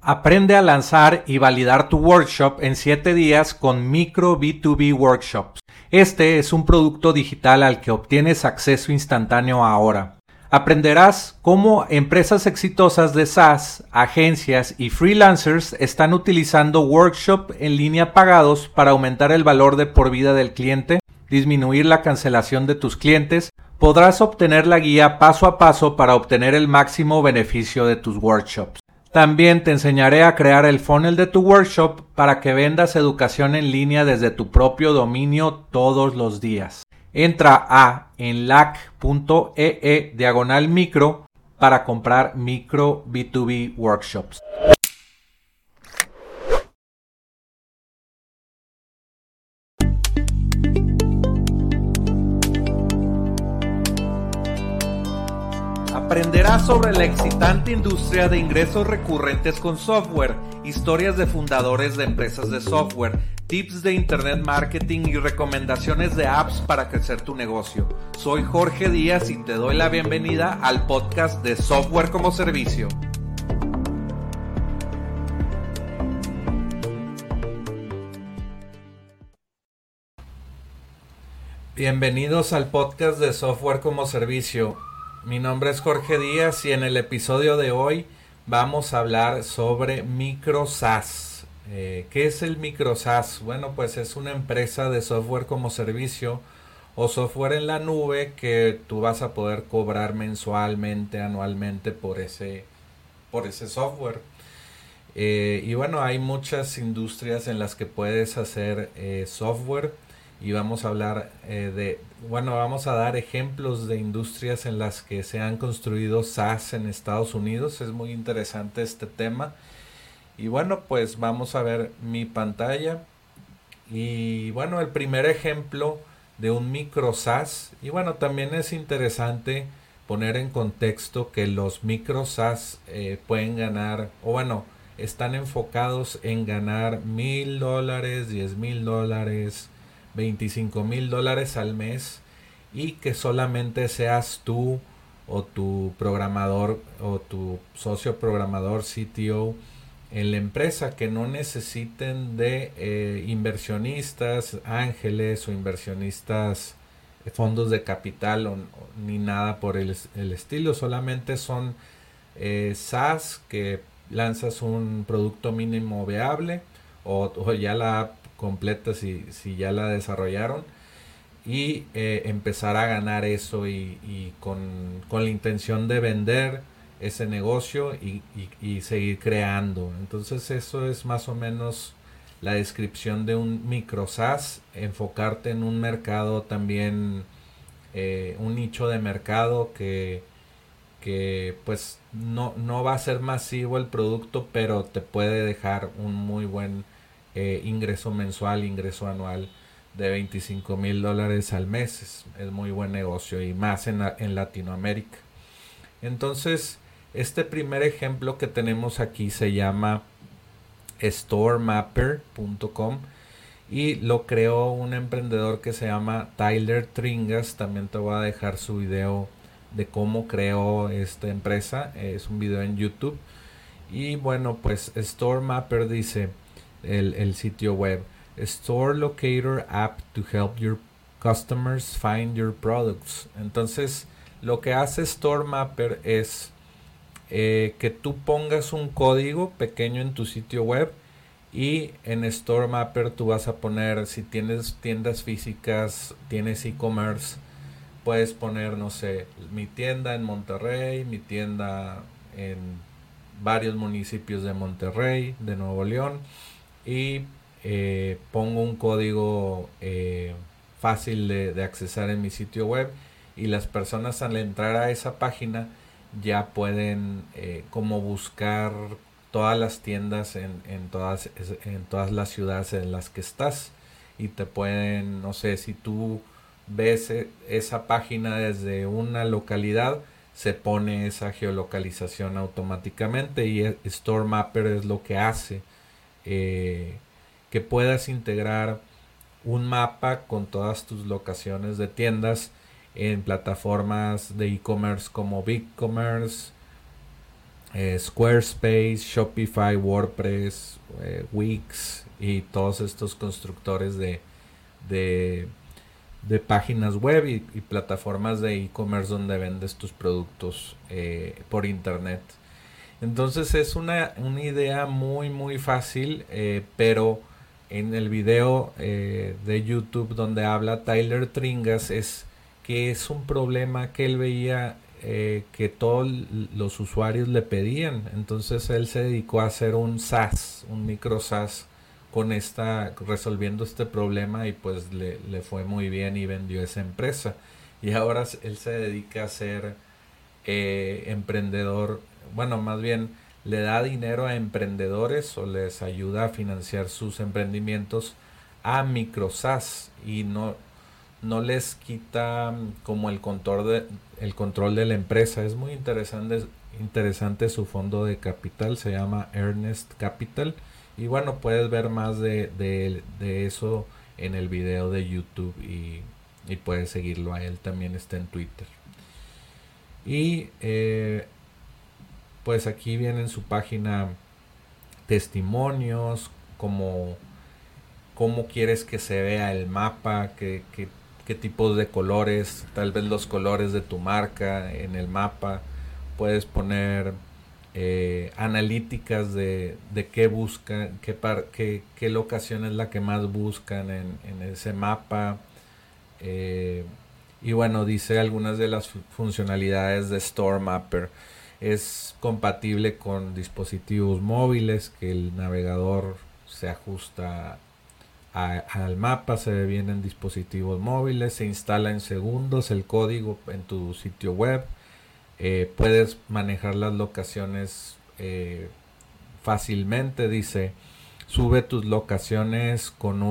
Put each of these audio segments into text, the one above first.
Aprende a lanzar y validar tu workshop en 7 días con Micro B2B Workshops. Este es un producto digital al que obtienes acceso instantáneo ahora. Aprenderás cómo empresas exitosas de SaaS, agencias y freelancers están utilizando workshop en línea pagados para aumentar el valor de por vida del cliente, disminuir la cancelación de tus clientes. Podrás obtener la guía paso a paso para obtener el máximo beneficio de tus workshops. También te enseñaré a crear el funnel de tu workshop para que vendas educación en línea desde tu propio dominio todos los días. Entra a enlac.ee/micro para comprar Micro B2B Workshops. Aprenderás sobre la excitante industria de ingresos recurrentes con software, historias de fundadores de empresas de software, tips de internet marketing y recomendaciones de apps para crecer tu negocio. Soy Jorge Díaz y te doy la bienvenida al podcast de Software como Servicio. Bienvenidos al podcast de Software como Servicio. Mi nombre es Jorge Díaz y en el episodio de hoy vamos a hablar sobre micro SaaS. ¿Qué es el micro SaaS? Bueno, pues es una empresa de software como servicio o software en la nube que tú vas a poder cobrar mensualmente, anualmente por ese software. Y bueno, hay muchas industrias en las que puedes hacer software. Y vamos a hablar vamos a dar ejemplos de industrias en las que se han construido SaaS en Estados Unidos. Es muy interesante este tema. Y bueno, pues vamos a ver mi pantalla. Y bueno, el primer ejemplo de un micro SaaS. Y bueno, también es interesante poner en contexto que los micro SaaS pueden ganar, están enfocados en ganar $1,000, $10,000, $25,000 al mes y que solamente seas tú o tu programador o tu socio programador CTO en la empresa, que no necesiten de inversionistas, ángeles o inversionistas, fondos de capital ni nada por el estilo. Solamente son SaaS que lanzas un producto mínimo viable o ya la app completa si ya la desarrollaron y empezar a ganar eso y con la intención de vender ese negocio y seguir creando. Entonces eso es más o menos la descripción de un micro SaaS. Enfocarte en un mercado también, un nicho de mercado que pues no va a ser masivo el producto, pero te puede dejar un muy buen ingreso mensual, ingreso anual de $25,000 al mes. Es muy buen negocio y más en Latinoamérica. Entonces, este primer ejemplo que tenemos aquí se llama StoreMapper.com y lo creó un emprendedor que se llama Tyler Tringas. También te voy a dejar su video de cómo creó esta empresa. Es un video en YouTube. Y bueno, pues StoreMapper dice el sitio web: Store Locator App to help your customers find your products. Entonces, lo que hace StoreMapper es que tú pongas un código pequeño en tu sitio web y en StoreMapper tú vas a poner, si tienes tiendas físicas, tienes e-commerce, puedes poner, no sé, mi tienda en Monterrey, mi tienda en varios municipios de Monterrey, de Nuevo León, y pongo un código fácil de accesar en mi sitio web, y las personas al entrar a esa página ya pueden como buscar todas las tiendas en todas las ciudades en las que estás, y te pueden, no sé, si tú ves esa página desde una localidad, se pone esa geolocalización automáticamente, y StoreMapper es lo que hace que puedas integrar un mapa con todas tus locaciones de tiendas en plataformas de e-commerce como BigCommerce, Squarespace, Shopify, WordPress, Wix y todos estos constructores de, de páginas web y plataformas de e-commerce donde vendes tus productos por internet. Entonces es una idea muy fácil, pero en el video de YouTube donde habla Tyler Tringas es que es un problema que él veía que todos los usuarios le pedían. Entonces él se dedicó a hacer un SaaS, un micro SaaS resolviendo este problema y pues le fue muy bien y vendió esa empresa. Y ahora él se dedica a ser emprendedor, bueno, más bien le da dinero a emprendedores o les ayuda a financiar sus emprendimientos a micro SaaS y no les quita como el control de la empresa. Es muy interesante su fondo de capital, se llama Ernest Capital. Y bueno, puedes ver más de eso en el video de YouTube y puedes seguirlo a él, también está en Twitter. Y pues aquí viene en su página testimonios, como cómo quieres que se vea el mapa, qué tipos de colores, tal vez los colores de tu marca en el mapa. Puedes poner analíticas de qué buscan, qué locación es la que más buscan en ese mapa. Y bueno, dice algunas de las funcionalidades de Store Mapper. Es compatible con dispositivos móviles, que el navegador se ajusta al mapa, se ve bien en dispositivos móviles, se instala en segundos el código en tu sitio web. Puedes manejar las locaciones fácilmente, dice. Sube tus locaciones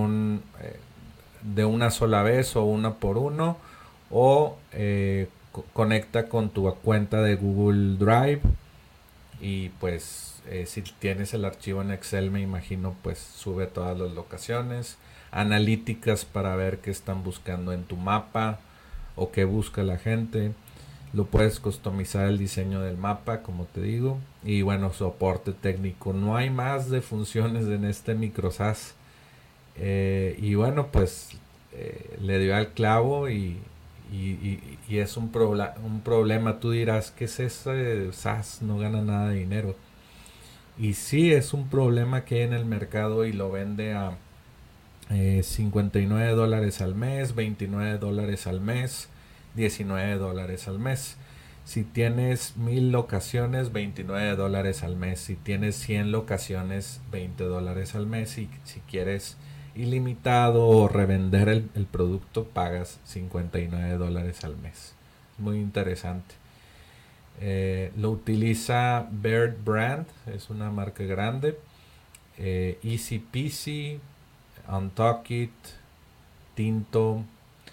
de una sola vez o una por uno, o conecta con tu cuenta de Google Drive y pues si tienes el archivo en Excel, me imagino, pues sube todas las locaciones, analíticas para ver qué están buscando en tu mapa o qué busca la gente. Lo puedes customizar el diseño del mapa, como te digo, y bueno, soporte técnico. No hay más de funciones en este micro SaaS. Y bueno, pues le dio al clavo y es un problema. Tú dirás, ¿qué es ese SaaS? No gana nada de dinero. Y sí, es un problema que hay en el mercado y lo vende a $59 al mes, $29 al mes, $19 al mes. Si tienes 1000 locaciones, $29 al mes. Si tienes 100 locaciones, $20 al mes. Y si quieres ilimitado o revender el producto, pagas $59 al mes. Muy interesante. Lo utiliza Bird Brand, es una marca grande. Easy Peasy, Untuckit, Tinto.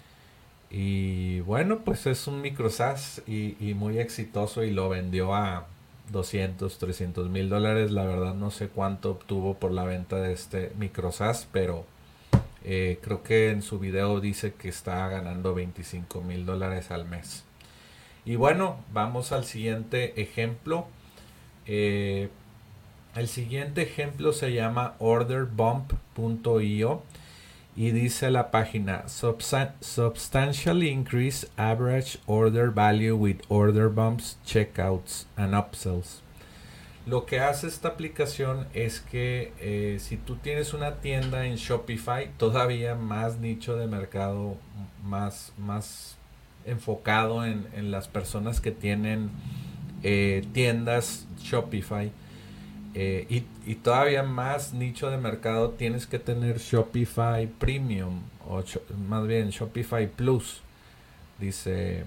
Y bueno, pues es un micro SaaS y muy exitoso y lo vendió a 200, $300,000. La verdad no sé cuánto obtuvo por la venta de este micro SaaS, pero creo que en su video dice que está ganando $25,000 al mes. Y bueno, vamos al siguiente ejemplo. El siguiente ejemplo se llama orderbump.io y dice la página: substantially increase average order value with order bumps, checkouts and upsells. Lo que hace esta aplicación es que si tú tienes una tienda en Shopify, todavía más nicho de mercado, más enfocado en las personas que tienen tiendas Shopify, y todavía más nicho de mercado, tienes que tener Shopify Premium o más bien Shopify Plus. Dice,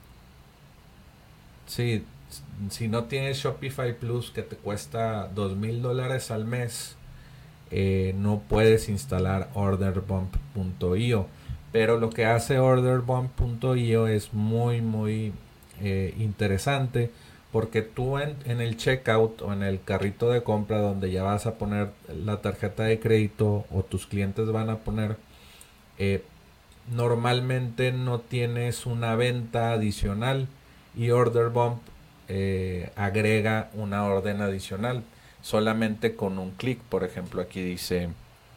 sí, si no tienes Shopify Plus, que te cuesta $2,000 al mes, no puedes instalar orderbump.io. Pero lo que hace orderbump.io es muy interesante, porque tú en el checkout o en el carrito de compra donde ya vas a poner la tarjeta de crédito o tus clientes van a poner, normalmente no tienes una venta adicional, y Orderbump agrega una orden adicional solamente con un clic. Por ejemplo, aquí dice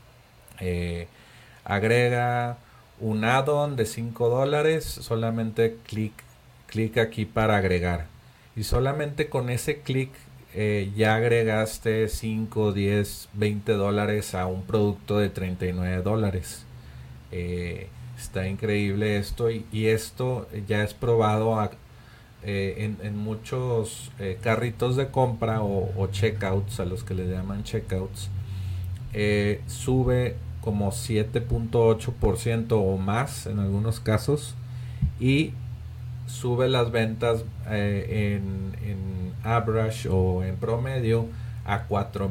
agrega un add-on de $5, solamente clic aquí para agregar, y solamente con ese clic ya agregaste 5, 10, $20 a un producto de $39. Está increíble esto, y esto ya es probado en muchos carritos de compra o checkouts, a los que le llaman checkouts. Sube como 7.8% o más en algunos casos, y sube las ventas en average o en promedio a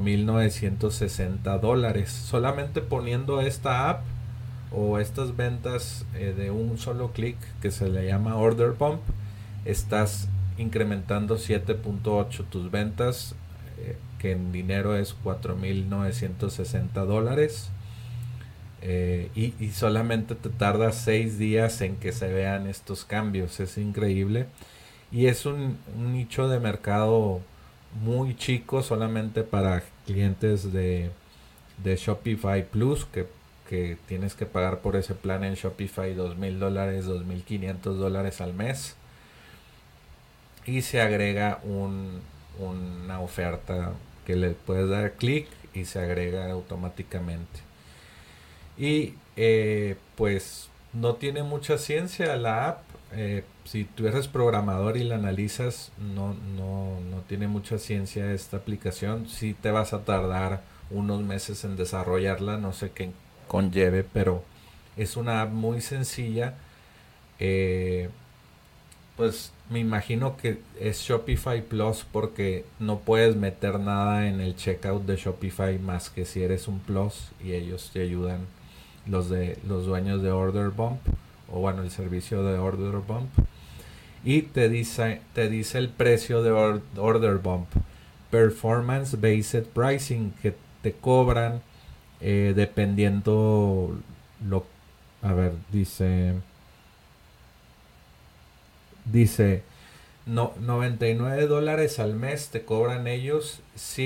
$4,960 solamente poniendo esta app o estas ventas de un solo clic, que se le llama order bump. Estás incrementando 7.8 tus ventas, que en dinero es $4,960. Y solamente te tarda 6 días en que se vean estos cambios. Es increíble. Y es un nicho de mercado muy chico, solamente para clientes de Shopify Plus, que tienes que pagar por ese plan en Shopify $2,000, $2,500 al mes. Y se agrega una oferta que le puedes dar clic y se agrega automáticamente. Y pues no tiene mucha ciencia la app. Si tú eres programador y la analizas, no tiene mucha ciencia esta aplicación. Sí te vas a tardar unos meses en desarrollarla, no sé qué conlleve, pero es una app muy sencilla. Pues me imagino que es Shopify Plus, porque no puedes meter nada en el checkout de Shopify más que si eres un Plus, y ellos te ayudan, los dueños de Order Bump, o bueno, el servicio de Order Bump, y te dice el precio de Order Bump: Performance Based Pricing, que te cobran dependiendo lo, a ver, dice no, $99 al mes te cobran ellos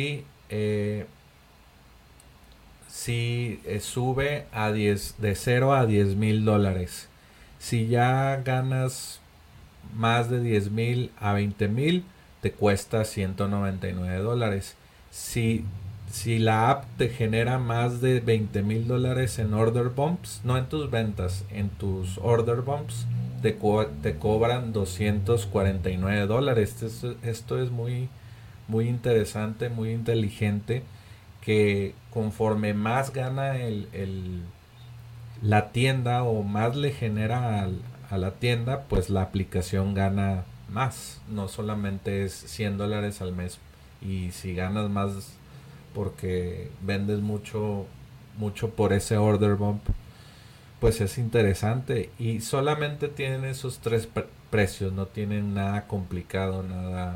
si sube de 0 a $10,000. Si ya ganas más de 10,000 a 20,000, te cuesta $199. Si la app te genera más de $20,000 en order bumps, no en tus ventas, en tus order bumps, te cobran $249. Esto es muy interesante, muy inteligente, que conforme más gana la tienda, o más le genera a la tienda, pues la aplicación gana más. No solamente es $100 al mes, y si ganas más porque vendes mucho por ese order bump, pues es interesante. Y solamente tienen esos tres precios, no tienen nada complicado, nada.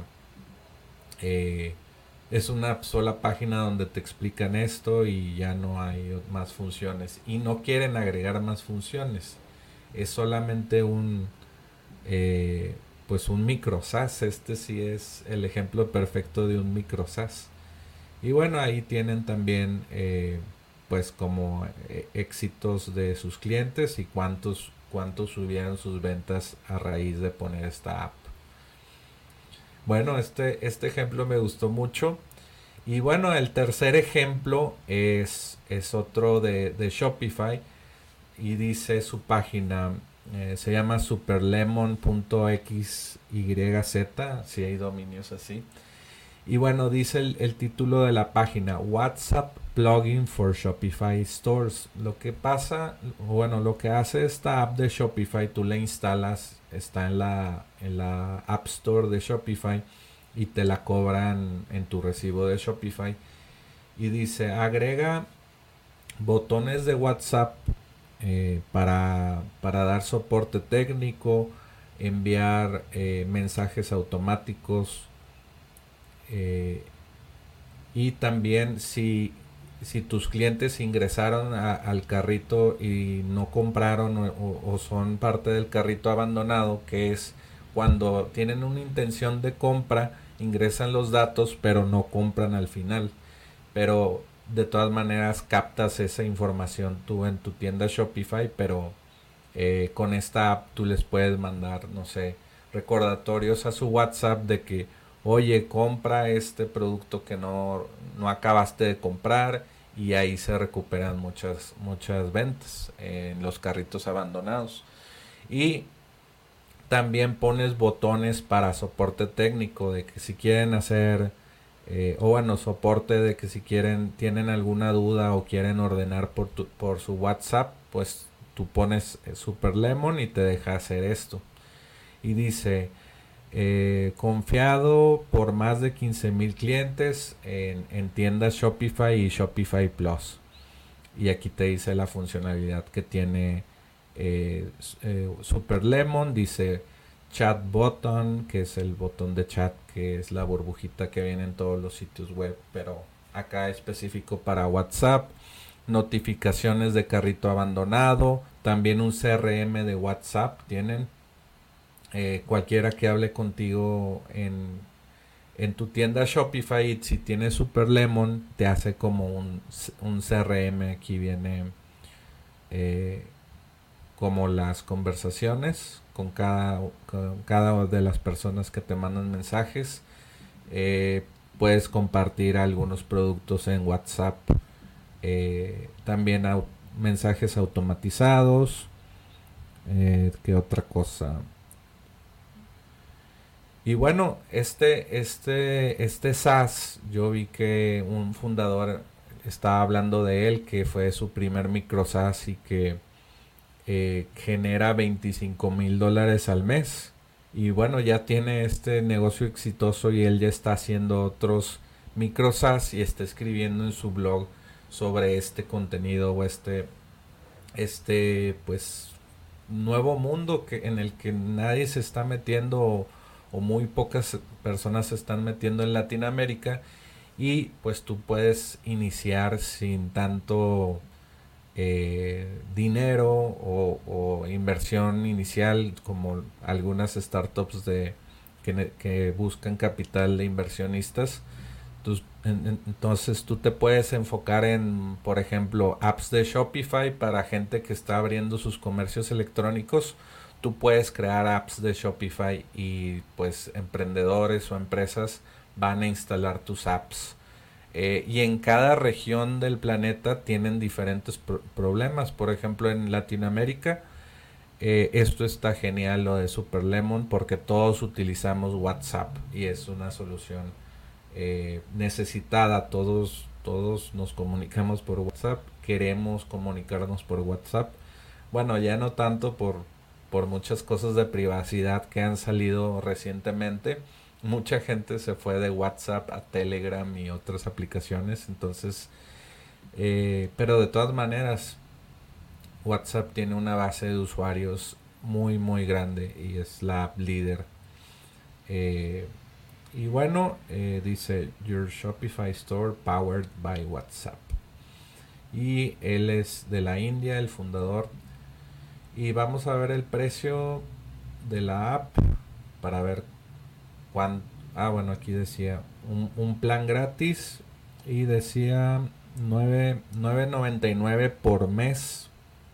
Es una sola página donde te explican esto, y ya no hay más funciones, y no quieren agregar más funciones. Es solamente pues un micro SaaS. Este sí es el ejemplo perfecto de un micro SaaS. Y bueno, ahí tienen también pues como éxitos de sus clientes, y cuántos subieron sus ventas a raíz de poner esta app. Bueno, este ejemplo me gustó mucho. Y bueno, el tercer ejemplo es otro de Shopify, y dice su página, se llama superlemon.xyz, si hay dominios así. Y bueno, dice el título de la página: WhatsApp Plugin for Shopify Stores. Lo que hace esta app de Shopify, tú la instalas, está en la App Store de Shopify, y te la cobran en tu recibo de Shopify. Y dice: agrega botones de WhatsApp para dar soporte técnico, enviar mensajes automáticos, y también si tus clientes ingresaron al carrito y no compraron, o son parte del carrito abandonado, que es cuando tienen una intención de compra, ingresan los datos, pero no compran al final. Pero de todas maneras captas esa información tú en tu tienda Shopify, pero con esta app tú les puedes mandar, no sé, recordatorios a su WhatsApp de que, oye, compra este producto que no acabaste de comprar, y ahí se recuperan muchas ventas en los carritos abandonados. Y también pones botones para soporte técnico, de que si quieren hacer o bueno, soporte de que si tienen alguna duda o quieren ordenar por su WhatsApp, pues tú pones Super Lemon y te deja hacer esto. Y dice, confiado por más de 15,000 clientes en tiendas Shopify y Shopify Plus. Y aquí te dice la funcionalidad que tiene Super Lemon. Dice chat button, que es el botón de chat, que es la burbujita que viene en todos los sitios web, pero acá específico para WhatsApp. Notificaciones de carrito abandonado, también un CRM de WhatsApp tienen. Cualquiera que hable contigo en tu tienda Shopify, si tienes Super Lemon, te hace como un CRM. Aquí viene como las conversaciones con cada de las personas que te mandan mensajes. Puedes compartir algunos productos en WhatsApp. También mensajes automatizados. ¿Qué otra cosa? Y bueno, este SaaS, yo vi que un fundador estaba hablando de él, que fue su primer micro SaaS y que genera $25,000 al mes. Y bueno, ya tiene este negocio exitoso y él ya está haciendo otros micro SaaS y está escribiendo en su blog sobre este contenido o pues nuevo mundo en el que nadie se está metiendo, o muy pocas personas se están metiendo en Latinoamérica, y pues tú puedes iniciar sin tanto dinero o inversión inicial como algunas startups que buscan capital de inversionistas. Entonces tú te puedes enfocar en, por ejemplo, apps de Shopify para gente que está abriendo sus comercios electrónicos. Tú puedes crear apps de Shopify y pues emprendedores o empresas van a instalar tus apps. Y en cada región del planeta tienen diferentes problemas. Por ejemplo, en Latinoamérica, esto está genial, lo de Super Lemon, porque todos utilizamos WhatsApp y es una solución necesitada. Todos nos comunicamos por WhatsApp, queremos comunicarnos por WhatsApp. Bueno, ya no tanto por muchas cosas de privacidad que han salido recientemente. Mucha gente se fue de WhatsApp a Telegram y otras aplicaciones. Entonces, pero de todas maneras, WhatsApp tiene una base de usuarios muy grande y es la app líder. Y bueno, dice Your Shopify Store Powered by WhatsApp. Y él es de la India, el fundador. Y vamos a ver el precio de la app para ver cuánto. Bueno, aquí decía un plan gratis y decía $9.99 por mes.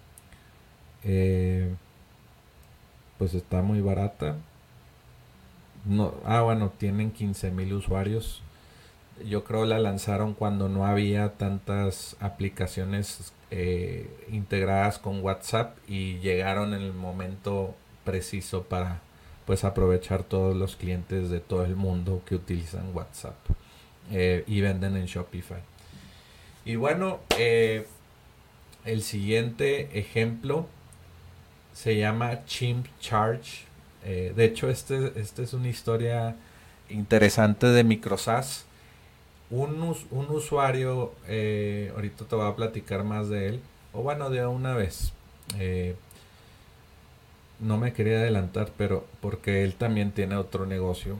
Pues está muy barata. No, bueno, tienen 15,000 usuarios. Yo creo la lanzaron cuando no había tantas aplicaciones integradas con WhatsApp, y llegaron en el momento preciso para pues aprovechar todos los clientes de todo el mundo que utilizan WhatsApp y venden en Shopify. Y bueno, el siguiente ejemplo se llama Chimp Charge. De hecho, este es una historia interesante de MicroSAS. Un usuario, ahorita te voy a platicar más de él, o bueno, de una vez. No me quería adelantar, pero porque él también tiene otro negocio.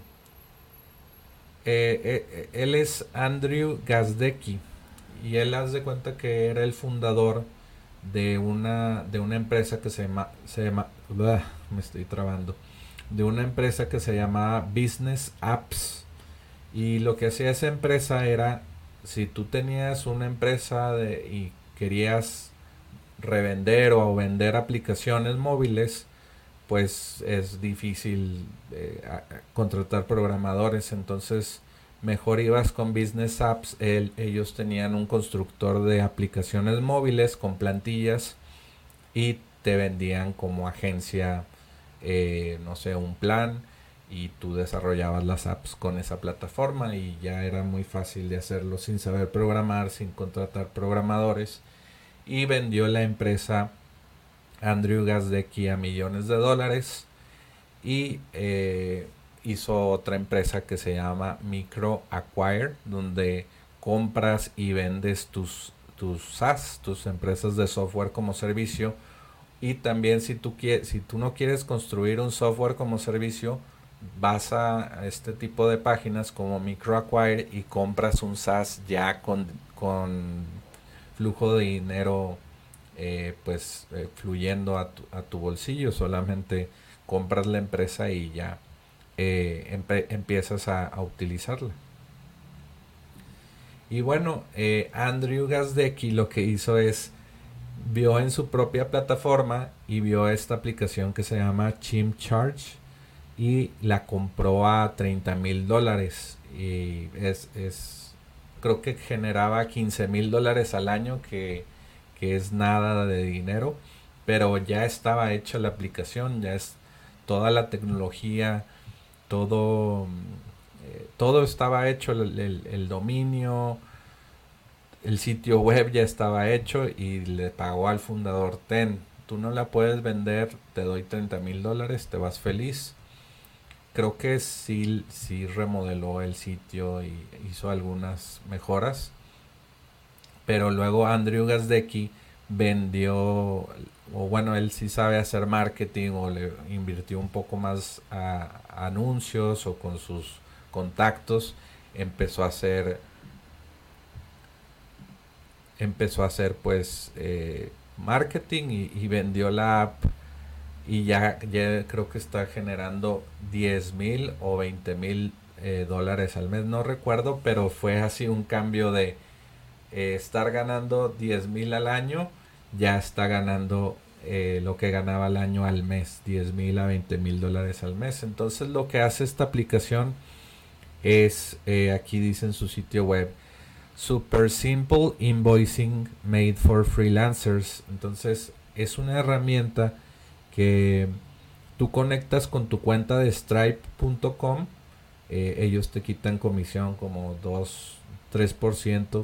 Él es Andrew Gazdecki, y él hace de cuenta que era el fundador de una empresa que se llama me estoy trabando, de una empresa que se llamaba Business Apps. Y lo que hacía esa empresa era, si tú tenías una empresa y querías revender o vender aplicaciones móviles, pues es difícil contratar programadores. Entonces mejor ibas con Business Apps. Ellos tenían un constructor de aplicaciones móviles con plantillas y te vendían como agencia, no sé, un plan, y tú desarrollabas las apps con esa plataforma y ya era muy fácil de hacerlo sin saber programar, sin contratar programadores. Y vendió la empresa Andrew Gazdecki a millones de dólares y hizo otra empresa que se llama MicroAcquire, donde compras y vendes tus SaaS, tus empresas de software como servicio. Y también si tú no quieres construir un software como servicio, vas a este tipo de páginas como MicroAcquire y compras un SaaS ya con flujo de dinero, fluyendo a tu bolsillo. Solamente compras la empresa y ya empiezas a utilizarla. Y bueno, Andrew Gazdecki lo que hizo es, vio en su propia plataforma y vio esta aplicación que se llama Chimp Charge y la compró a $30,000. Y creo que generaba $15,000 al año, que es nada de dinero, pero ya estaba hecha la aplicación, ya es toda la tecnología, todo estaba hecho, el dominio, el sitio web ya estaba hecho, y le pagó al fundador: tú no la puedes vender, te doy $30,000, te vas feliz. Creo que sí remodeló el sitio y hizo algunas mejoras, pero luego Andrew Gazdecki vendió, o bueno, él sí sabe hacer marketing, o le invirtió un poco más a anuncios o con sus contactos, empezó a hacer pues marketing, y vendió la app, y ya creo que está generando 10,000 o 20,000 dólares al mes, no recuerdo, pero fue así un cambio de estar ganando 10,000 al año, ya está ganando lo que ganaba al año al mes, 10,000 a 20,000 dólares al mes. Entonces lo que hace esta aplicación es, aquí dice en su sitio web: Super Simple Invoicing Made for Freelancers. Entonces es una herramienta que tú conectas con tu cuenta de Stripe.com. Ellos te quitan comisión como 2-3%.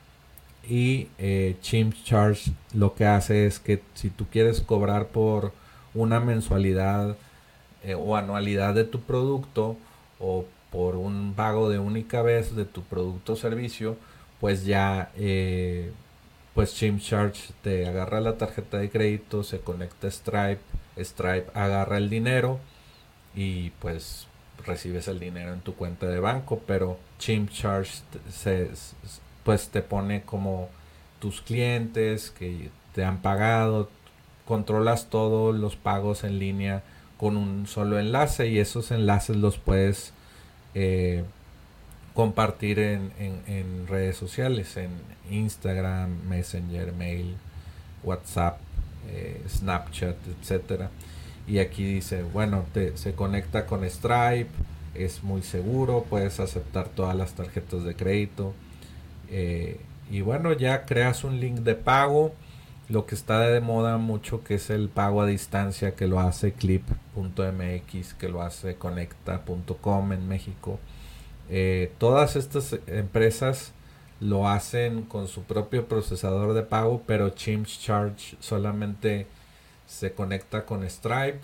Y Chimp Charge lo que hace es que, si tú quieres cobrar por una mensualidad o anualidad de tu producto, o por un pago de única vez de tu producto o servicio, pues ya pues Chimp Charge te agarra la tarjeta de crédito, se conecta a Stripe agarra el dinero y pues recibes el dinero en tu cuenta de banco. Pero Chimp Charge pues te pone como tus clientes que te han pagado, controlas todos los pagos en línea con un solo enlace, y esos enlaces los puedes eh, compartir en redes sociales, en Instagram, Messenger, Mail, WhatsApp, Snapchat, etcétera. Y aquí dice, bueno, se conecta con Stripe, es muy seguro, puedes aceptar todas las tarjetas de crédito, y bueno, ya creas un link de pago. Lo que está de moda mucho, que es el pago a distancia, que lo hace Clip.mx, que lo hace Conecta.com en México. Todas estas empresas lo hacen con su propio procesador de pago, pero Chimp Charge solamente se conecta con Stripe,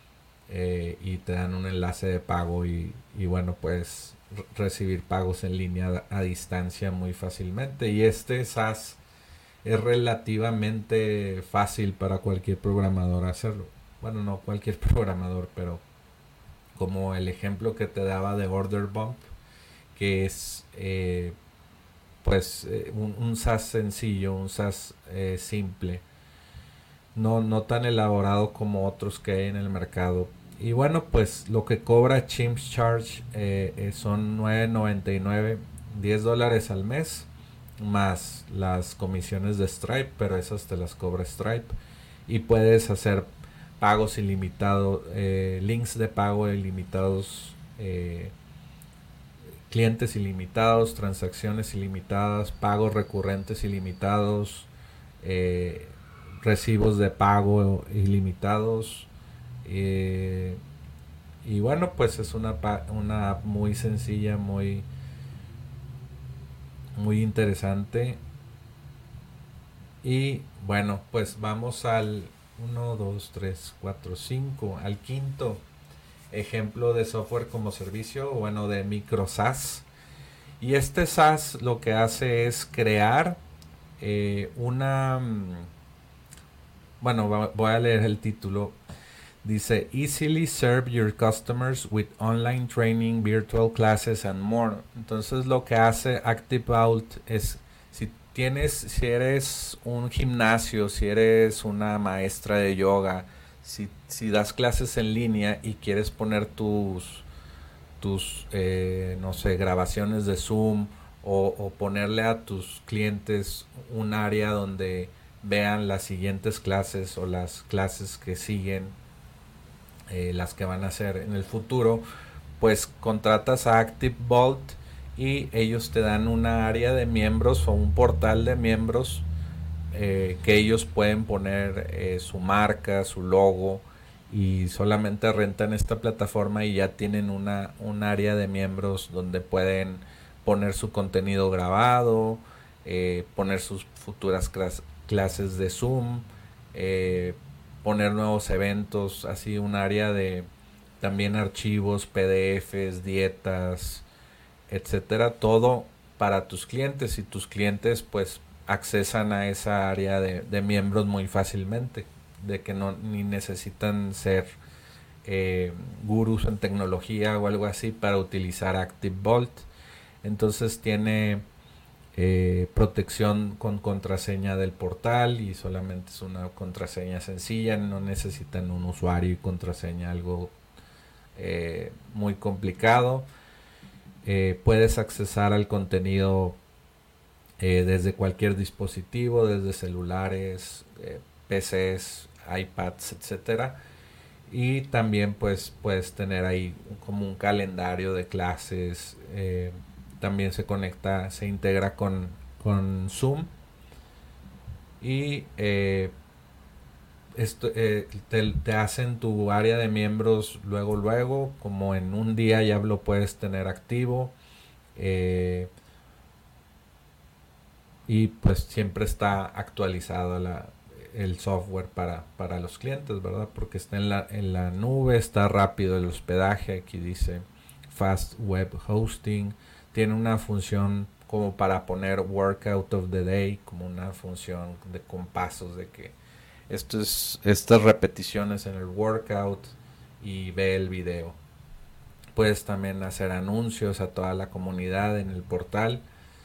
y te dan un enlace de pago, y bueno, puedes recibir pagos en línea a distancia muy fácilmente. Y este SaaS es relativamente fácil para cualquier programador hacerlo. Bueno, no cualquier programador, pero como el ejemplo que te daba de Order Bump, que es un SaaS sencillo, un SaaS simple, no tan elaborado como otros que hay en el mercado. Y bueno, pues lo que cobra Chimp Charge son $9.99, $10 al mes, más las comisiones de Stripe, pero esas te las cobra Stripe. Y puedes hacer pagos ilimitados, links de pago ilimitados, clientes ilimitados, transacciones ilimitadas, pagos recurrentes ilimitados, eh, recibos de pago ilimitados. eh, y bueno, pues es una app muy sencilla, muy interesante. Y bueno, pues vamos al 1, 2, 3, 4, 5, al quinto ejemplo de software como servicio, bueno, de micro SaaS. Y este SaaS lo que hace es crear una... Bueno, voy a leer el título. Dice, Easily serve your customers with online training, virtual classes and more. Entonces lo que hace ActiveVault es, si eres un gimnasio, si eres una maestra de yoga, si das clases en línea y quieres poner no sé, grabaciones de Zoom o ponerle a tus clientes un área donde vean las siguientes clases o las clases que siguen, las que van a hacer en el futuro, pues contratas a ActiveVault y ellos te dan una área de miembros o un portal de miembros, que ellos pueden poner su marca, su logo, y solamente rentan esta plataforma y ya tienen un área de miembros donde pueden poner su contenido grabado, poner sus futuras clases de Zoom, eh, poner nuevos eventos, así un área de también archivos, PDFs, dietas, etcétera, todo para tus clientes, y tus clientes pues accesan a esa área de miembros muy fácilmente, de que no ni necesitan ser gurús en tecnología o algo así para utilizar ActiveVault. Entonces tiene protección con contraseña del portal, y solamente es una contraseña sencilla, no necesitan un usuario y contraseña algo muy complicado. Puedes accesar al contenido desde cualquier dispositivo, desde celulares, PCs, iPads, etcétera. Y también pues puedes tener ahí como un calendario de clases. También se integra con Zoom. Y te hacen tu área de miembros luego, como en un día ya lo puedes tener activo. eh, y pues siempre está actualizado el software para los clientes, ¿verdad? Porque está en la nube, está rápido el hospedaje, aquí dice Fast Web Hosting, tiene una función como para poner Workout of the Day, como una función de compasos de que estas repeticiones en el workout, y ve el video. Puedes también hacer anuncios a toda la comunidad en el portal.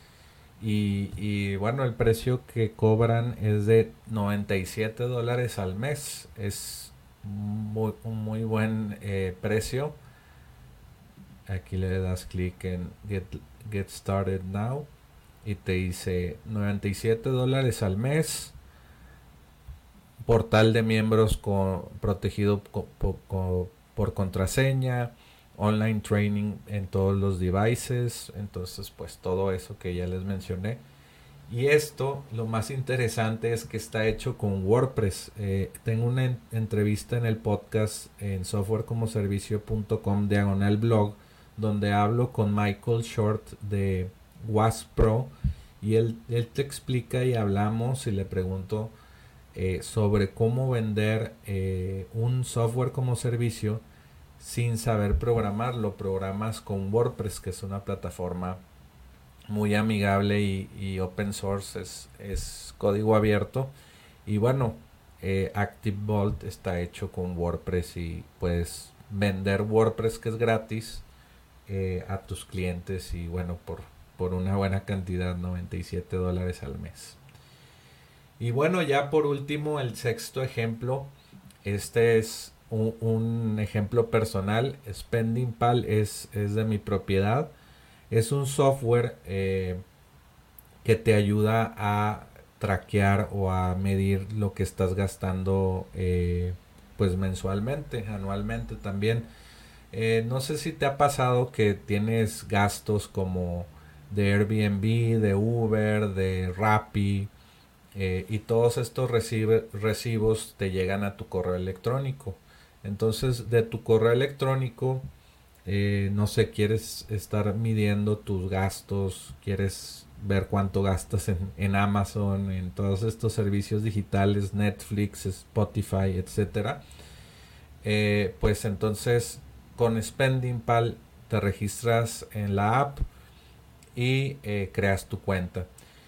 Y bueno, el precio que cobran es de $97 al mes. Es un muy buen precio. Aquí le das clic en Get Started Now y te dice $97 al mes. Portal de miembros protegido por contraseña, online training en todos los devices. Entonces pues todo eso que ya les mencioné. Y esto, lo más interesante es que está hecho con WordPress. Tengo una entrevista en el podcast en softwarecomoservicio.com/blog, donde hablo con Michael Short de Wasp Pro, y él te explica, y hablamos y le pregunto sobre cómo vender un software como servicio sin saber programar. Lo programas con WordPress, que es una plataforma muy amigable y open source, es código abierto. Y bueno, ActiveVault está hecho con WordPress, y puedes vender WordPress, que es gratis, a tus clientes, y bueno, por una buena cantidad, $97 al mes. Y bueno, ya por último, el sexto ejemplo. Este es un ejemplo personal. SpendingPal es de mi propiedad. Es un software que te ayuda a traquear o a medir lo que estás gastando pues mensualmente, anualmente también. No sé si te ha pasado que tienes gastos como de Airbnb, de Uber, de Rappi, y todos estos recibos te llegan a tu correo electrónico. Entonces, de tu correo electrónico, no sé, quieres estar midiendo tus gastos, quieres ver cuánto gastas en Amazon, en todos estos servicios digitales, Netflix, Spotify, etcétera. Pues entonces con SpendingPal te registras en la app y creas tu cuenta.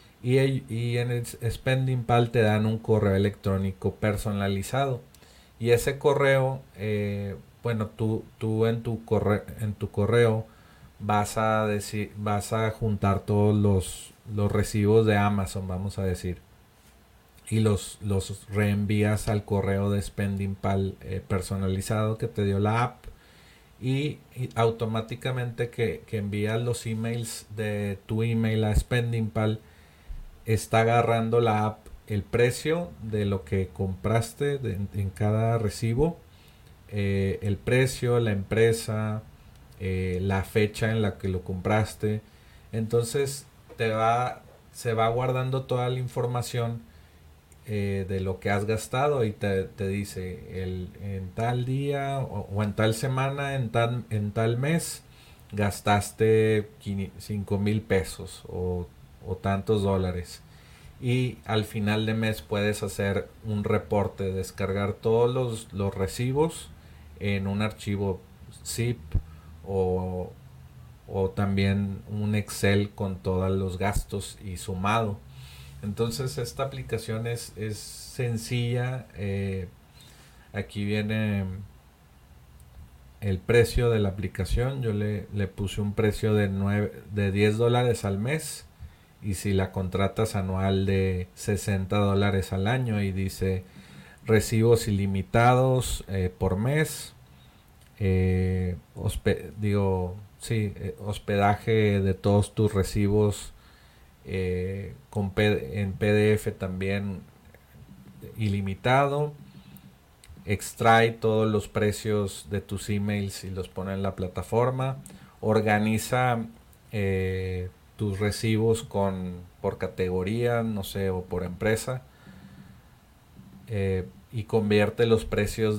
Y en el SpendingPal te dan un correo electrónico personalizado. Y ese correo, bueno, tú en tu correo vas a juntar todos los recibos de Amazon, vamos a decir, y los reenvías al correo de SpendingPal personalizado que te dio la app. Y automáticamente que envías los emails de tu email a SpendingPal, está agarrando la app el precio de lo que compraste en cada recibo, el precio, la empresa, la fecha en la que lo compraste. Entonces se va guardando toda la información de lo que has gastado, y te dice en tal día o en tal semana, en tal mes, gastaste 5,000 pesos o tantos dólares. Y al final de mes puedes hacer un reporte, descargar todos los recibos en un archivo zip, o, o también un Excel con todos los gastos y sumado. Entonces esta aplicación es sencilla. Aquí viene el precio de la aplicación. Yo le puse un precio de $10 al mes. Y si la contratas anual, de $60 al año. Y dice recibos ilimitados por mes. Hospedaje de todos tus recibos en PDF también ilimitado. Extrae todos los precios de tus emails y los pone en la plataforma. Organiza tus recibos por categoría, no sé, o por empresa. Y convierte los precios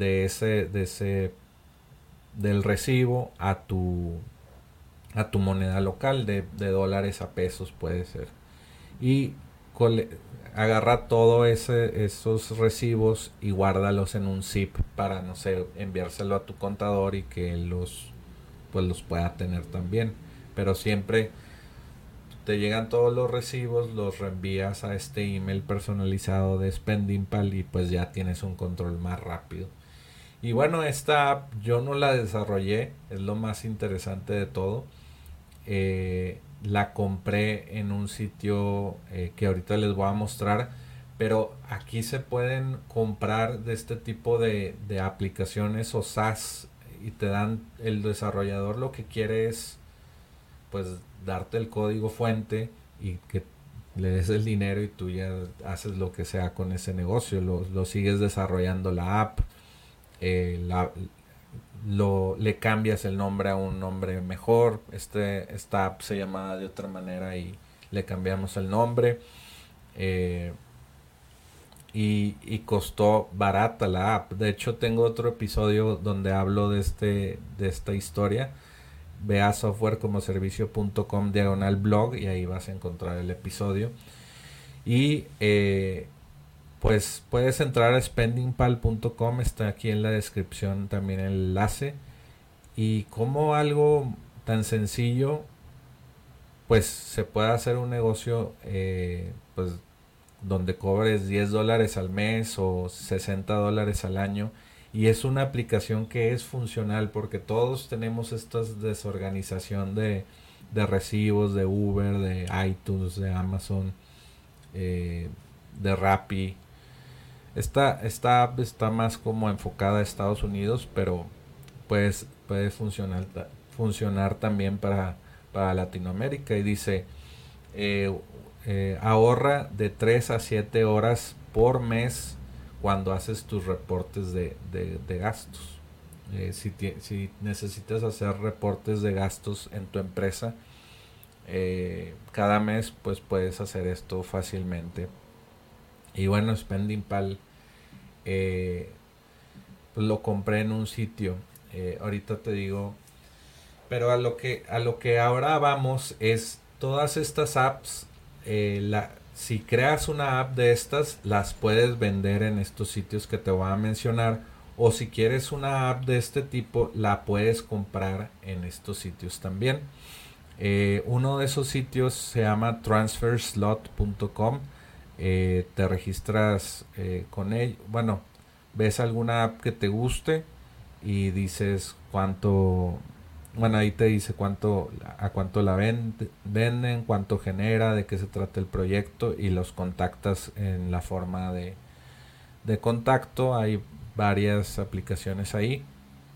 del recibo a tu moneda local, de dólares a pesos puede ser. Y agarra todos esos recibos y guárdalos en un zip para, no sé, enviárselo a tu contador y que él los pueda tener también. Pero siempre te llegan todos los recibos, los reenvías a este email personalizado de SpendingPal, y pues ya tienes un control más rápido. Y bueno, esta app yo no la desarrollé, es lo más interesante de todo. La compré en un sitio que ahorita les voy a mostrar, pero aquí se pueden comprar de este tipo de aplicaciones o SaaS, y te dan, el desarrollador lo que quiere es pues darte el código fuente y que le des el dinero, y tú ya haces lo que sea con ese negocio, lo sigues desarrollando la app, eh, la, le cambias el nombre a un nombre mejor. Esta app se llamaba de otra manera y le cambiamos el nombre. eh, y costó barata la app. De hecho, tengo otro episodio donde hablo de esta historia. Ve a softwarecomoservicio.com/blog y ahí vas a encontrar el episodio. Y pues puedes entrar a spendingpal.com, está aquí en la descripción también el enlace. Y como algo tan sencillo, pues se puede hacer un negocio, pues donde cobres $10 al mes o $60 al año. Y es una aplicación que es funcional, porque todos tenemos esta desorganización de recibos de Uber, de iTunes, de Amazon, de Rappi. Esta app está más como enfocada a Estados Unidos, pero pues puede funcionar también para Latinoamérica. Y dice, eh, ahorra de 3 a 7 horas por mes cuando haces tus reportes de gastos. Si necesitas hacer reportes de gastos en tu empresa, cada mes pues puedes hacer esto fácilmente. Y bueno, SpendingPal, eh, pues lo compré en un sitio. Ahorita te digo, pero a lo que ahora vamos es todas estas apps. Si creas una app de estas, las puedes vender en estos sitios que te voy a mencionar. O si quieres una app de este tipo, la puedes comprar en estos sitios también. Uno de esos sitios se llama transferslot.com. Te registras con él. Bueno, ves alguna app que te guste y dices cuánto. Bueno, ahí te dice a cuánto la venden, cuánto genera, de qué se trata el proyecto y los contactas en la forma de contacto. Hay varias aplicaciones ahí.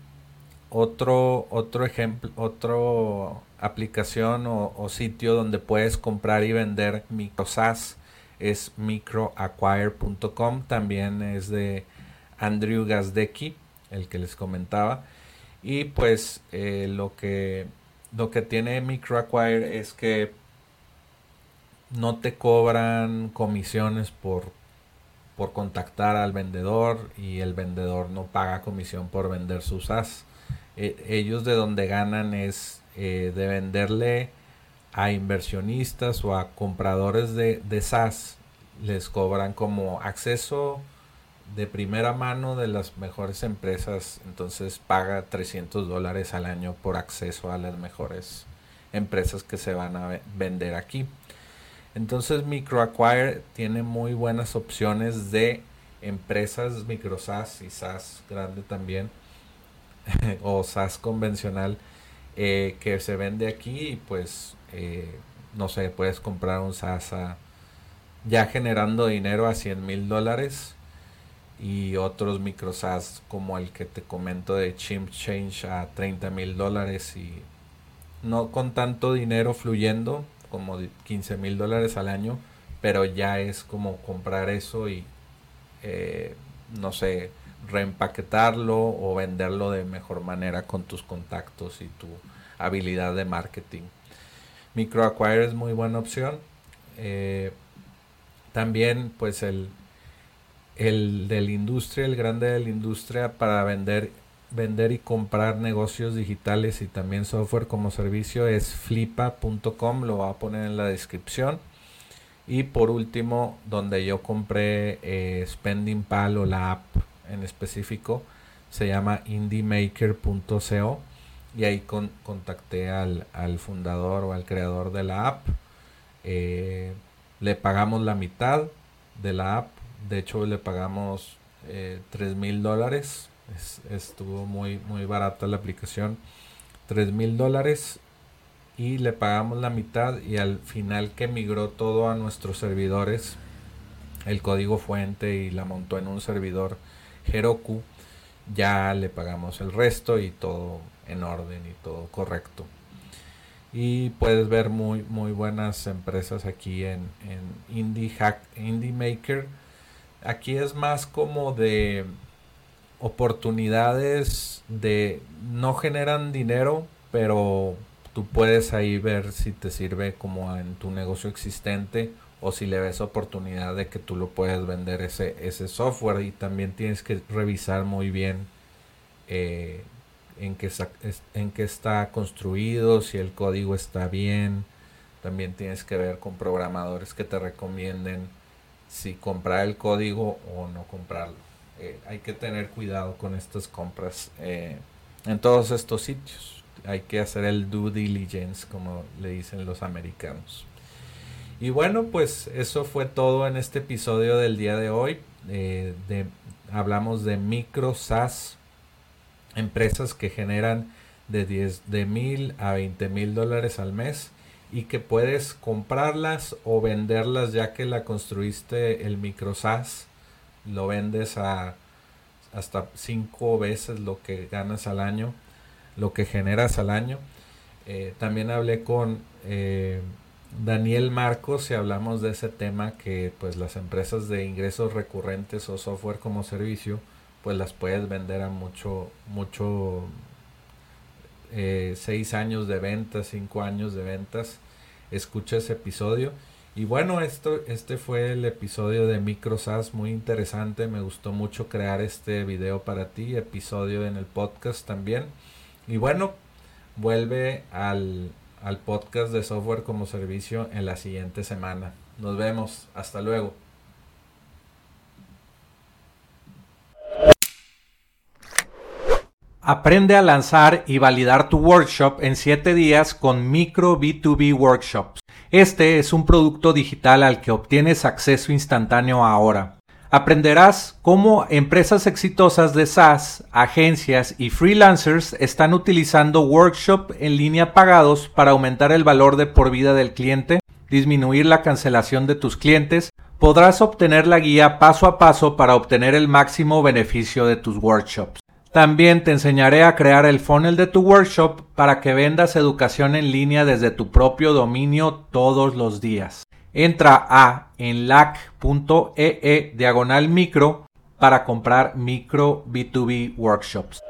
Otro ejemplo, otro aplicación o sitio donde puedes comprar y vender micro SaaS es microacquire.com. También es de Andrew Gazdecki, el que les comentaba. Y pues lo que tiene Microacquire es que no te cobran comisiones por contactar al vendedor, y el vendedor no paga comisión por vender sus SaaS. Ellos de donde ganan es de venderle a inversionistas o a compradores de SaaS. Les cobran como acceso de primera mano de las mejores empresas. Entonces paga $300 al año por acceso a las mejores empresas que se van a vender aquí. Entonces Microacquire tiene muy buenas opciones de empresas micro SaaS y SaaS grande también, o SaaS convencional, que se vende aquí. Y pues no sé, puedes comprar un SaaS ya generando dinero a $100,000, y otros micro SaaS como el que te comento de Chimp Change a $30,000, y no con tanto dinero fluyendo como $15,000 al año, pero ya es como comprar eso y eh, no sé, reempaquetarlo o venderlo de mejor manera con tus contactos y tu habilidad de marketing. Microacquire es muy buena opción. Eh, También pues el de la industria, el grande de la industria, para vender y comprar negocios digitales y también software como servicio, es flipa.com. Lo voy a poner en la descripción. Y por último, donde yo compré SpendingPal, o la app en específico, se llama indiemaker.co. Y ahí contacté al fundador o al creador de la app. Le pagamos la mitad de la app. De hecho, le pagamos $3,000. Estuvo muy, muy barata la aplicación. $3,000, y le pagamos la mitad. Y al final, que migró todo a nuestros servidores, el código fuente, y la montó en un servidor Heroku, ya le pagamos el resto y todo en orden y todo correcto. Y puedes ver muy muy buenas empresas aquí en Indie Maker. Aquí es más como de oportunidades, de no generan dinero, pero tú puedes ahí ver si te sirve como en tu negocio existente, o si le ves oportunidad de que tú lo puedes vender ese software. Y también tienes que revisar muy bien eh, en qué está construido, si el código está bien. También tienes que ver con programadores que te recomienden si comprar el código o no comprarlo. Hay que tener cuidado con estas compras en todos estos sitios. Hay que hacer el due diligence, como le dicen los americanos. Y bueno, pues eso fue todo en este episodio del día de hoy. Hablamos de micro SaaS, empresas que generan de 1,000 a $20,000 al mes, y que puedes comprarlas o venderlas ya que la construiste el micro SaaS lo vendes a hasta 5 veces lo que ganas al año, lo que generas al año. También hablé con Daniel Marcos y hablamos de ese tema, que pues las empresas de ingresos recurrentes o software como servicio, pues las puedes vender a mucho 6 años de ventas, 5 años de ventas. Escucha ese episodio. Y bueno, este fue el episodio de MicroSaaS, muy interesante. Me gustó mucho crear este video para ti, episodio en el podcast también. Y bueno, vuelve al podcast de software como servicio en la siguiente semana. Nos vemos, hasta luego. Aprende a lanzar y validar tu workshop en 7 días con Micro B2B Workshops. Este es un producto digital al que obtienes acceso instantáneo ahora. Aprenderás cómo empresas exitosas de SaaS, agencias y freelancers están utilizando workshops en línea pagados para aumentar el valor de por vida del cliente, disminuir la cancelación de tus clientes. Podrás obtener la guía paso a paso para obtener el máximo beneficio de tus workshops. También te enseñaré a crear el funnel de tu workshop para que vendas educación en línea desde tu propio dominio todos los días. Entra a enlac.ee/micro para comprar Micro B2B Workshops.